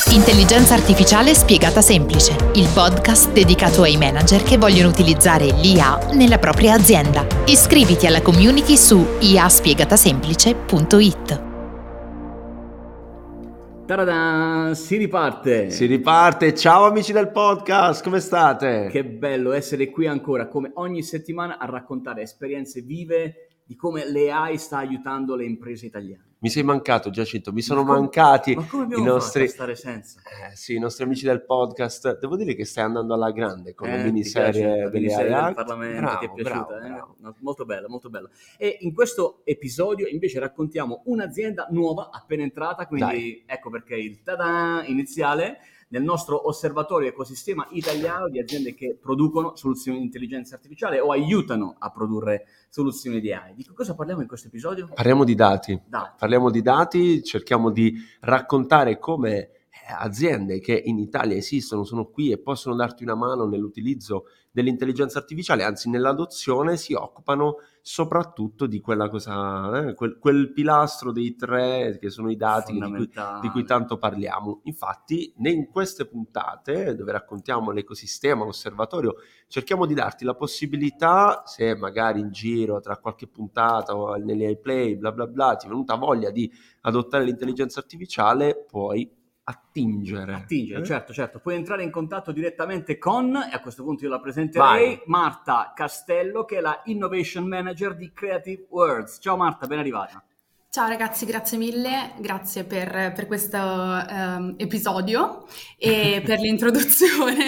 Intelligenza artificiale spiegata semplice, il podcast dedicato ai manager che vogliono utilizzare l'IA nella propria azienda. Iscriviti alla community su iaspiegatasemplice.it. Ta-da-da! Si riparte! Si riparte! Ciao amici del podcast, come state? Che bello essere qui ancora, come ogni settimana, a raccontare esperienze vive di come l'AI sta aiutando le imprese italiane. Mi sei mancato, Giacinto, mi sono mancati ma come i abbiamo nostri... fatto a stare senza? Sì, i nostri amici del podcast. Devo dire che stai andando alla grande con la Ti miniserie piace la delle miniserie AI del Act. Parlamento, ti è piaciuta? Bravo. No, molto bella, molto bella. E in questo episodio invece raccontiamo un'azienda nuova, appena entrata, quindi ecco perché il ta-da iniziale nel nostro osservatorio ecosistema italiano di aziende che producono soluzioni di intelligenza artificiale o aiutano a produrre soluzioni di AI. Di che cosa parliamo in questo episodio? Parliamo di dati. Parliamo di dati, cerchiamo di raccontare come aziende che in Italia esistono, sono qui e possono darti una mano nell'utilizzo dell'intelligenza artificiale, anzi nell'adozione, si occupano soprattutto di quella cosa, quel pilastro dei tre che sono i dati di cui tanto parliamo. Infatti, in queste puntate dove raccontiamo l'ecosistema, l'osservatorio, cerchiamo di darti la possibilità, se magari in giro tra qualche puntata o negli iPlay, bla bla bla, ti è venuta voglia di adottare l'intelligenza artificiale, puoi attingere. Certo. Puoi entrare in contatto direttamente con, e a questo punto io la presenterei, Marta Castello, che è la Innovation Manager di Creative Words. Ciao Marta, ben arrivata. Ciao ragazzi, grazie mille, grazie per questo episodio e per l'introduzione.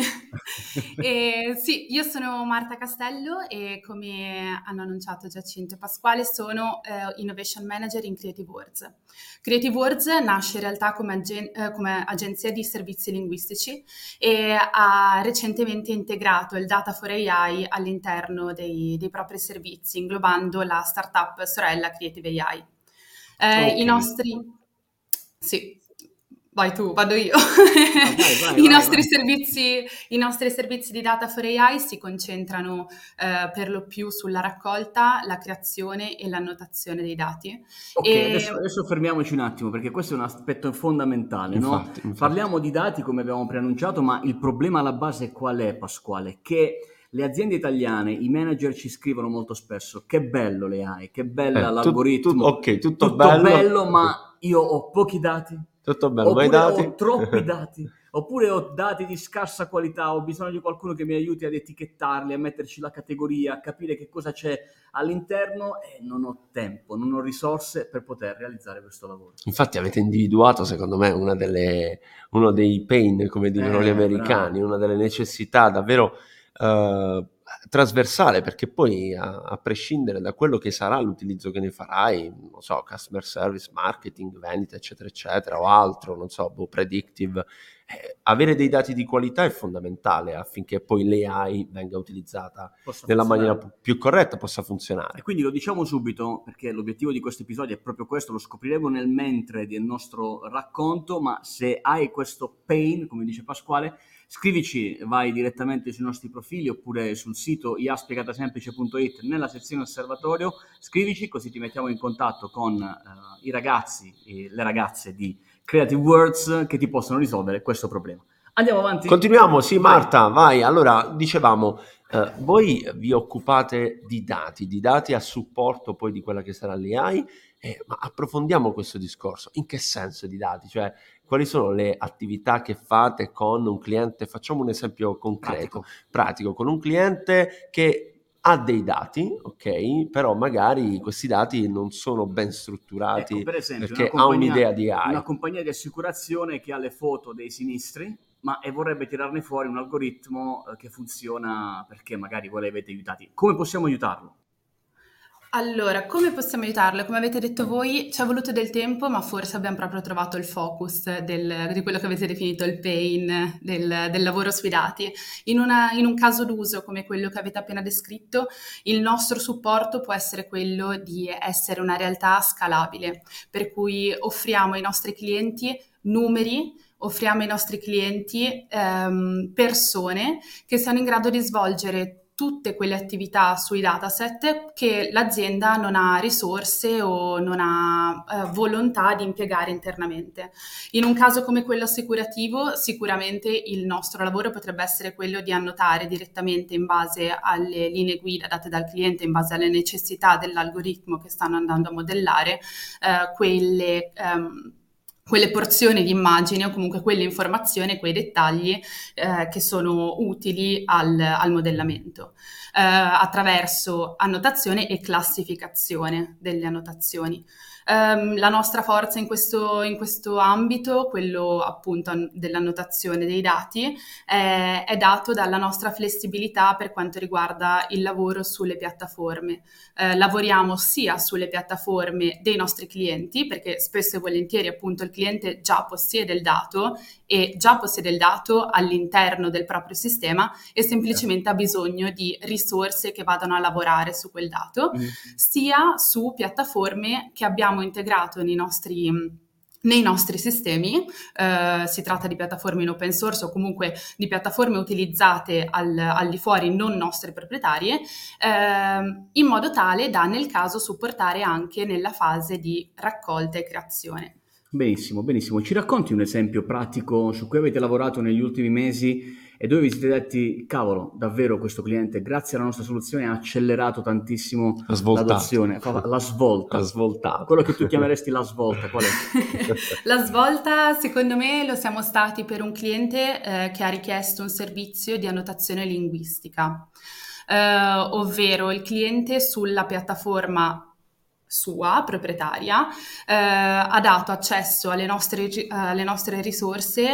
Sì, io sono Marta Castello e come hanno annunciato Giacinto e Pasquale sono Innovation Manager in Creative Words. Creative Words nasce in realtà come agenzia di servizi linguistici e ha recentemente integrato il Data for AI all'interno dei propri servizi, inglobando la startup sorella Creative AI. I nostri... Sì, vai tu, vado io. I nostri servizi di Data for AI si concentrano per lo più sulla raccolta, la creazione e l'annotazione dei dati. Adesso fermiamoci un attimo, perché questo è un aspetto fondamentale, infatti. Parliamo di dati, come abbiamo preannunciato, ma il problema alla base qual è, Pasquale? Che le aziende italiane, i manager ci scrivono molto spesso: che bello le AI, che bella l'algoritmo, tutto bello, ma io ho pochi dati, tutto bello, oppure dati. ho troppi dati, oppure ho dati di scarsa qualità, ho bisogno di qualcuno che mi aiuti ad etichettarli, a metterci la categoria, a capire che cosa c'è all'interno, e non ho tempo, non ho risorse per poter realizzare questo lavoro. Infatti avete individuato, secondo me, uno dei pain, come dicono gli americani, una delle necessità davvero trasversale, perché poi a prescindere da quello che sarà l'utilizzo che ne farai, non so, customer service, marketing, vendita, eccetera, eccetera, o altro, non so, predictive, avere dei dati di qualità è fondamentale affinché poi l'AI venga utilizzata nella maniera più corretta, possa funzionare. E quindi lo diciamo subito, perché l'obiettivo di questo episodio è proprio questo, lo scopriremo nel mentre del nostro racconto, ma se hai questo pain, come dice Pasquale, scrivici, vai direttamente sui nostri profili oppure sul sito iaspiegatasemplice.it nella sezione osservatorio, scrivici così ti mettiamo in contatto con i ragazzi e le ragazze di Creative Words che ti possono risolvere questo problema. Andiamo avanti? Continuiamo, sì, Marta, vai. Allora, dicevamo, voi vi occupate di dati a supporto poi di quella che sarà l'AI, ma approfondiamo questo discorso. In che senso di dati? Cioè, quali sono le attività che fate con un cliente? Facciamo un esempio concreto, pratico, con un cliente che ha dei dati, ok, però magari questi dati non sono ben strutturati, ecco, per esempio, perché ha un'idea di AI. Una compagnia di assicurazione che ha le foto dei sinistri, ma vorrebbe tirarne fuori un algoritmo che funziona perché magari voi l'avete aiutati. Come possiamo aiutarlo? Allora, come possiamo aiutarlo? Come avete detto voi, ci è voluto del tempo, ma forse abbiamo proprio trovato il focus di quello che avete definito il pain del lavoro sui dati. In un caso d'uso come quello che avete appena descritto, il nostro supporto può essere quello di essere una realtà scalabile, per cui offriamo ai nostri clienti numeri, offriamo ai nostri clienti persone che siano in grado di svolgere tutte quelle attività sui dataset che l'azienda non ha risorse o non ha volontà di impiegare internamente. In un caso come quello assicurativo, sicuramente il nostro lavoro potrebbe essere quello di annotare direttamente in base alle linee guida date dal cliente, in base alle necessità dell'algoritmo che stanno andando a modellare, quelle porzioni di immagini o comunque quelle informazioni, quei dettagli che sono utili al modellamento, attraverso annotazione e classificazione delle annotazioni. La nostra forza in questo ambito, quello appunto dell'annotazione dei dati, è dato dalla nostra flessibilità per quanto riguarda il lavoro sulle piattaforme. Lavoriamo sia sulle piattaforme dei nostri clienti, perché spesso e volentieri appunto il cliente già possiede il dato e già possiede il dato all'interno del proprio sistema e semplicemente ha bisogno di risorse che vadano a lavorare su quel dato, sia su piattaforme che abbiamo integrato nei nostri sistemi. Si tratta di piattaforme in open source o comunque di piattaforme utilizzate al di fuori, non nostre proprietarie, in modo tale da nel caso supportare anche nella fase di raccolta e creazione. Benissimo, benissimo. Ci racconti un esempio pratico su cui avete lavorato negli ultimi mesi e dove vi siete detti, cavolo, davvero questo cliente, grazie alla nostra soluzione, ha accelerato tantissimo l'adozione, la svolta. Ha svoltato. Quello che tu chiameresti la svolta, qual è? La svolta, secondo me, lo siamo stati per un cliente che ha richiesto un servizio di annotazione linguistica, ovvero il cliente sulla piattaforma sua, proprietaria, ha dato accesso alle nostre risorse,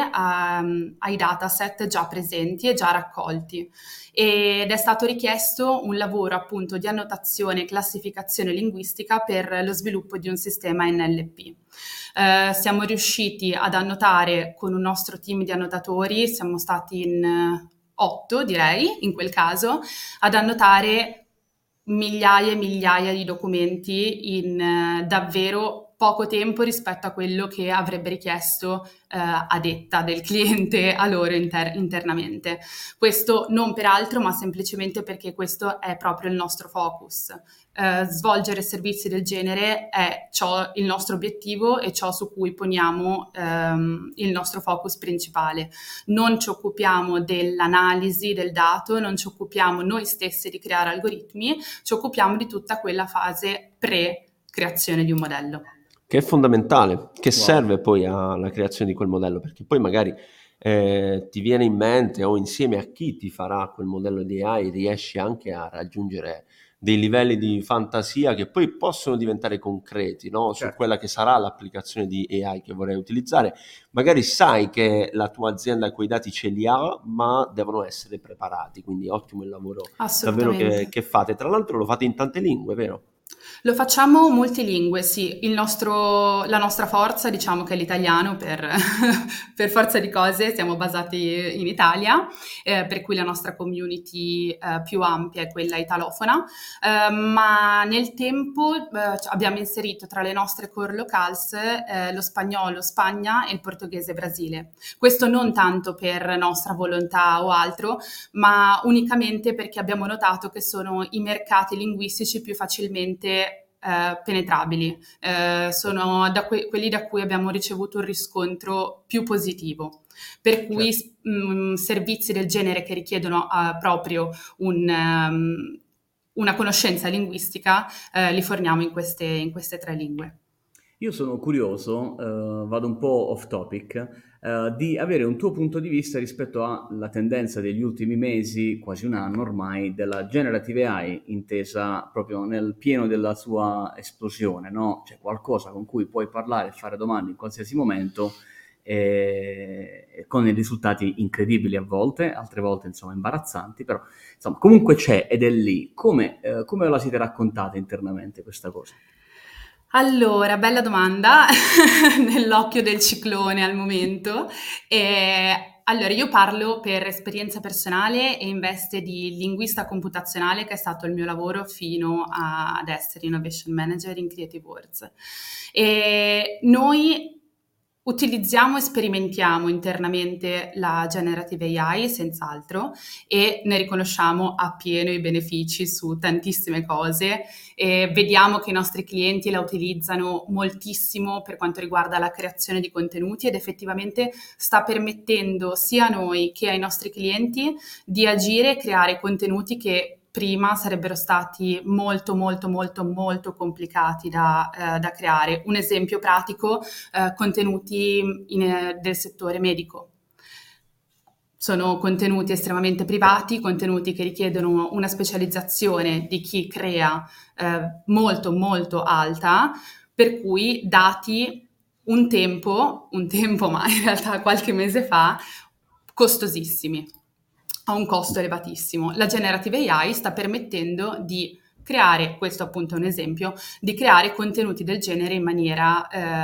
ai dataset già presenti e già raccolti. Ed è stato richiesto un lavoro appunto di annotazione e classificazione linguistica per lo sviluppo di un sistema NLP. Siamo riusciti ad annotare con un nostro team di annotatori, siamo stati in 8 direi in quel caso, ad annotare migliaia e migliaia di documenti in davvero poco tempo rispetto a quello che avrebbe richiesto a detta del cliente a loro internamente. Questo non per altro, ma semplicemente perché questo è proprio il nostro focus. Svolgere servizi del genere è il nostro obiettivo e ciò su cui poniamo il nostro focus principale. Non ci occupiamo dell'analisi del dato, non ci occupiamo noi stessi di creare algoritmi, ci occupiamo di tutta quella fase pre-creazione di un modello. Che è fondamentale, che serve poi alla creazione di quel modello, perché poi magari ti viene in mente o insieme a chi ti farà quel modello di AI riesci anche a raggiungere dei livelli di fantasia che poi possono diventare concreti, no? Su quella che sarà l'applicazione di AI che vorrei utilizzare. Magari sai che la tua azienda quei dati ce li ha, ma devono essere preparati, quindi ottimo il lavoro davvero che fate. Tra l'altro lo fate in tante lingue, vero? Lo facciamo multilingue, sì. La nostra forza, diciamo che è l'italiano per forza di cose, siamo basati in Italia, per cui la nostra community più ampia è quella italofona, ma nel tempo abbiamo inserito tra le nostre core locals lo spagnolo Spagna e il portoghese Brasile. Questo non tanto per nostra volontà o altro, ma unicamente perché abbiamo notato che sono i mercati linguistici più facilmente penetrabili, sono quelli da cui abbiamo ricevuto un riscontro più positivo, per cui servizi del genere che richiedono proprio una conoscenza linguistica li forniamo in queste 3 lingue. Io sono curioso, vado un po' off topic, di avere un tuo punto di vista rispetto alla tendenza degli ultimi mesi, quasi un anno ormai, della generative AI intesa proprio nel pieno della sua esplosione, no? C'è qualcosa con cui puoi parlare e fare domande in qualsiasi momento con risultati incredibili a volte, altre volte insomma imbarazzanti, però insomma comunque c'è ed è lì. Come la siete raccontata internamente questa cosa? Allora, bella domanda, nell'occhio del ciclone al momento. Allora, io parlo per esperienza personale e in veste di linguista computazionale, che è stato il mio lavoro fino ad essere Innovation Manager in Creative Words. E noi Utilizziamo e sperimentiamo internamente la Generative AI, senz'altro, e ne riconosciamo appieno i benefici su tantissime cose. E vediamo che i nostri clienti la utilizzano moltissimo per quanto riguarda la creazione di contenuti ed effettivamente sta permettendo sia a noi che ai nostri clienti di agire e creare contenuti che prima sarebbero stati molto complicati da creare. Un esempio pratico, contenuti del settore medico. Sono contenuti estremamente privati, contenuti che richiedono una specializzazione di chi crea molto alta, per cui dati un tempo, ma in realtà qualche mese fa, costosissimi, a un costo elevatissimo. La Generative AI sta permettendo di creare, questo appunto è un esempio, di creare contenuti del genere in maniera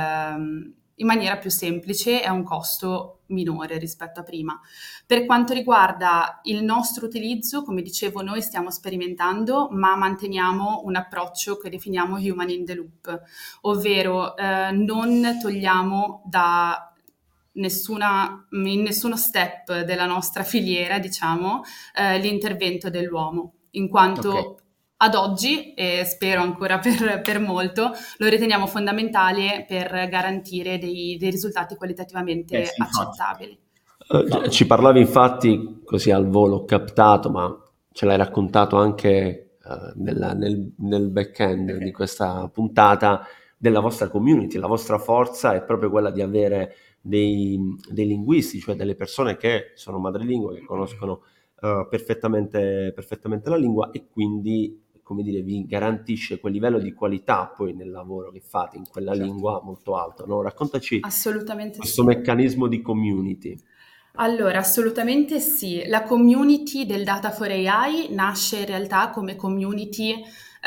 più semplice e a un costo minore rispetto a prima. Per quanto riguarda il nostro utilizzo, come dicevo, noi stiamo sperimentando, ma manteniamo un approccio che definiamo human in the loop, ovvero non togliamo in nessuno step della nostra filiera, diciamo, l'intervento dell'uomo, in quanto ad oggi, e spero ancora per molto, lo riteniamo fondamentale per garantire dei risultati qualitativamente accettabili. Ci parlavi infatti, così al volo, ho captato, ma ce l'hai raccontato anche nel back-end di questa puntata, della vostra community. La vostra forza è proprio quella di avere dei linguisti, cioè delle persone che sono madrelingua, che conoscono perfettamente la lingua, e quindi, come dire, vi garantisce quel livello di qualità poi nel lavoro che fate in quella lingua molto alto, no? Raccontaci Assolutamente questo sì. meccanismo di community. Allora, assolutamente sì. La community del Data for AI nasce in realtà come community,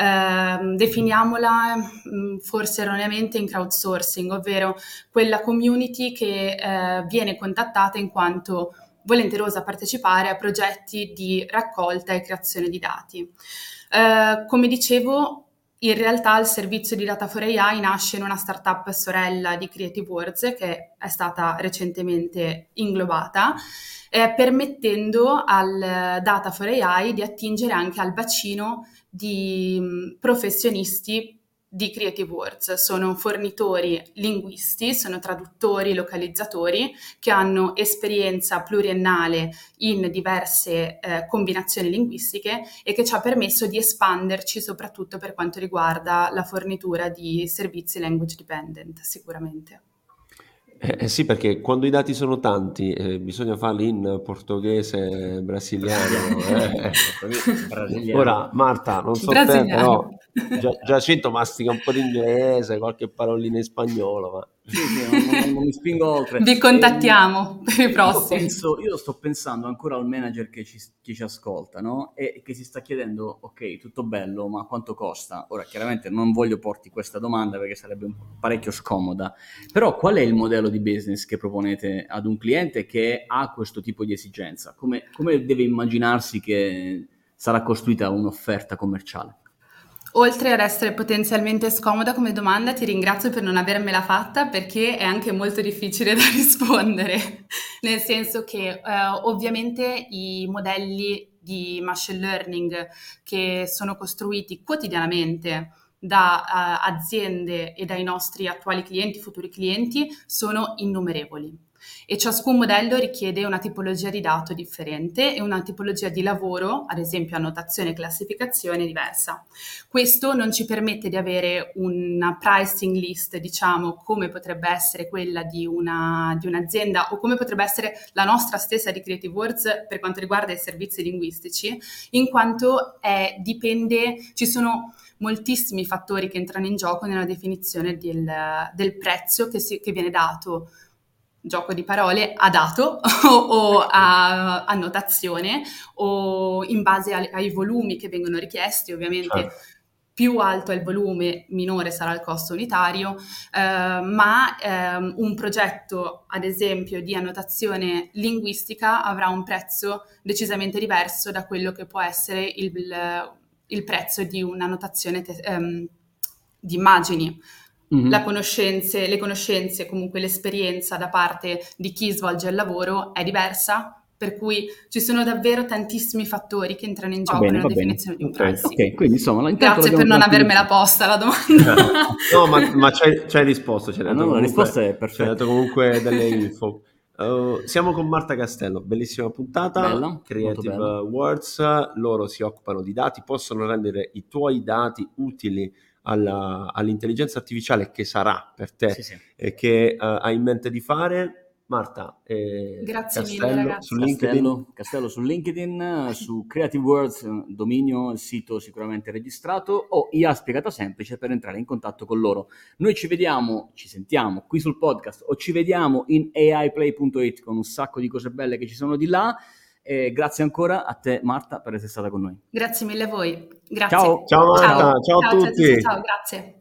definiamola forse erroneamente in crowdsourcing, ovvero quella community che viene contattata in quanto volenterosa a partecipare a progetti di raccolta e creazione di dati. Come dicevo, in realtà il servizio di Data for AI nasce in una startup sorella di Creative Words che è stata recentemente inglobata, permettendo al Data for AI di attingere anche al bacino di professionisti di Creative Words. Sono fornitori linguisti, sono traduttori, localizzatori che hanno esperienza pluriennale in diverse combinazioni linguistiche e che ci ha permesso di espanderci soprattutto per quanto riguarda la fornitura di servizi language dependent, sicuramente. Sì, perché quando i dati sono tanti bisogna farli in portoghese, brasiliano. Brasiliano. Ora, Marta, non so te, però Giacinto mastica un po' di inglese, qualche parolina in spagnolo. Ma... Sì, non mi spingo oltre. Vi contattiamo per i prossimi. Io sto pensando ancora al manager che ci ascolta, no? E che si sta chiedendo, ok, tutto bello, ma quanto costa? Ora, chiaramente non voglio porti questa domanda perché sarebbe parecchio scomoda, però qual è il modello di business che proponete ad un cliente che ha questo tipo di esigenza? Come deve immaginarsi che sarà costruita un'offerta commerciale? Oltre ad essere potenzialmente scomoda come domanda, ti ringrazio per non avermela fatta perché è anche molto difficile da rispondere, nel senso che ovviamente i modelli di machine learning che sono costruiti quotidianamente da aziende e dai nostri attuali clienti, futuri clienti, sono innumerevoli. E ciascun modello richiede una tipologia di dato differente e una tipologia di lavoro, ad esempio annotazione e classificazione, diversa. Questo non ci permette di avere una pricing list, diciamo, come potrebbe essere quella di un'azienda o come potrebbe essere la nostra stessa di Creative Words per quanto riguarda i servizi linguistici, in quanto dipende, ci sono moltissimi fattori che entrano in gioco nella definizione del prezzo che viene dato, gioco di parole, a dato o a annotazione o in base ai volumi che vengono richiesti. Ovviamente più alto è il volume, minore sarà il costo unitario, ma un progetto, ad esempio, di annotazione linguistica avrà un prezzo decisamente diverso da quello che può essere il prezzo di un'annotazione di immagini. le conoscenze, comunque l'esperienza da parte di chi svolge il lavoro è diversa, per cui ci sono davvero tantissimi fattori che entrano in gioco nella definizione di un pricing. Ok, quindi insomma, grazie per non avermela posta la domanda. No, ma c'hai risposto, la risposta è perfetta. Ci hai dato comunque delle info. Siamo con Marta Castello, bellissima puntata, bella, Creative Words, loro si occupano di dati, possono rendere i tuoi dati utili all'intelligenza artificiale che sarà per te e che hai in mente di fare. Marta, grazie Castello, mille ragazzi. Su LinkedIn. Castello su LinkedIn, su Creative Words, dominio, sito sicuramente registrato, o IA Spiegata Semplice per entrare in contatto con loro. Noi ci sentiamo qui sul podcast o ci vediamo in aiplay.it con un sacco di cose belle che ci sono di là. E grazie ancora a te Marta per essere stata con noi. Grazie mille a voi. Grazie. Ciao. Ciao Marta, ciao a tutti. Ciao, grazie.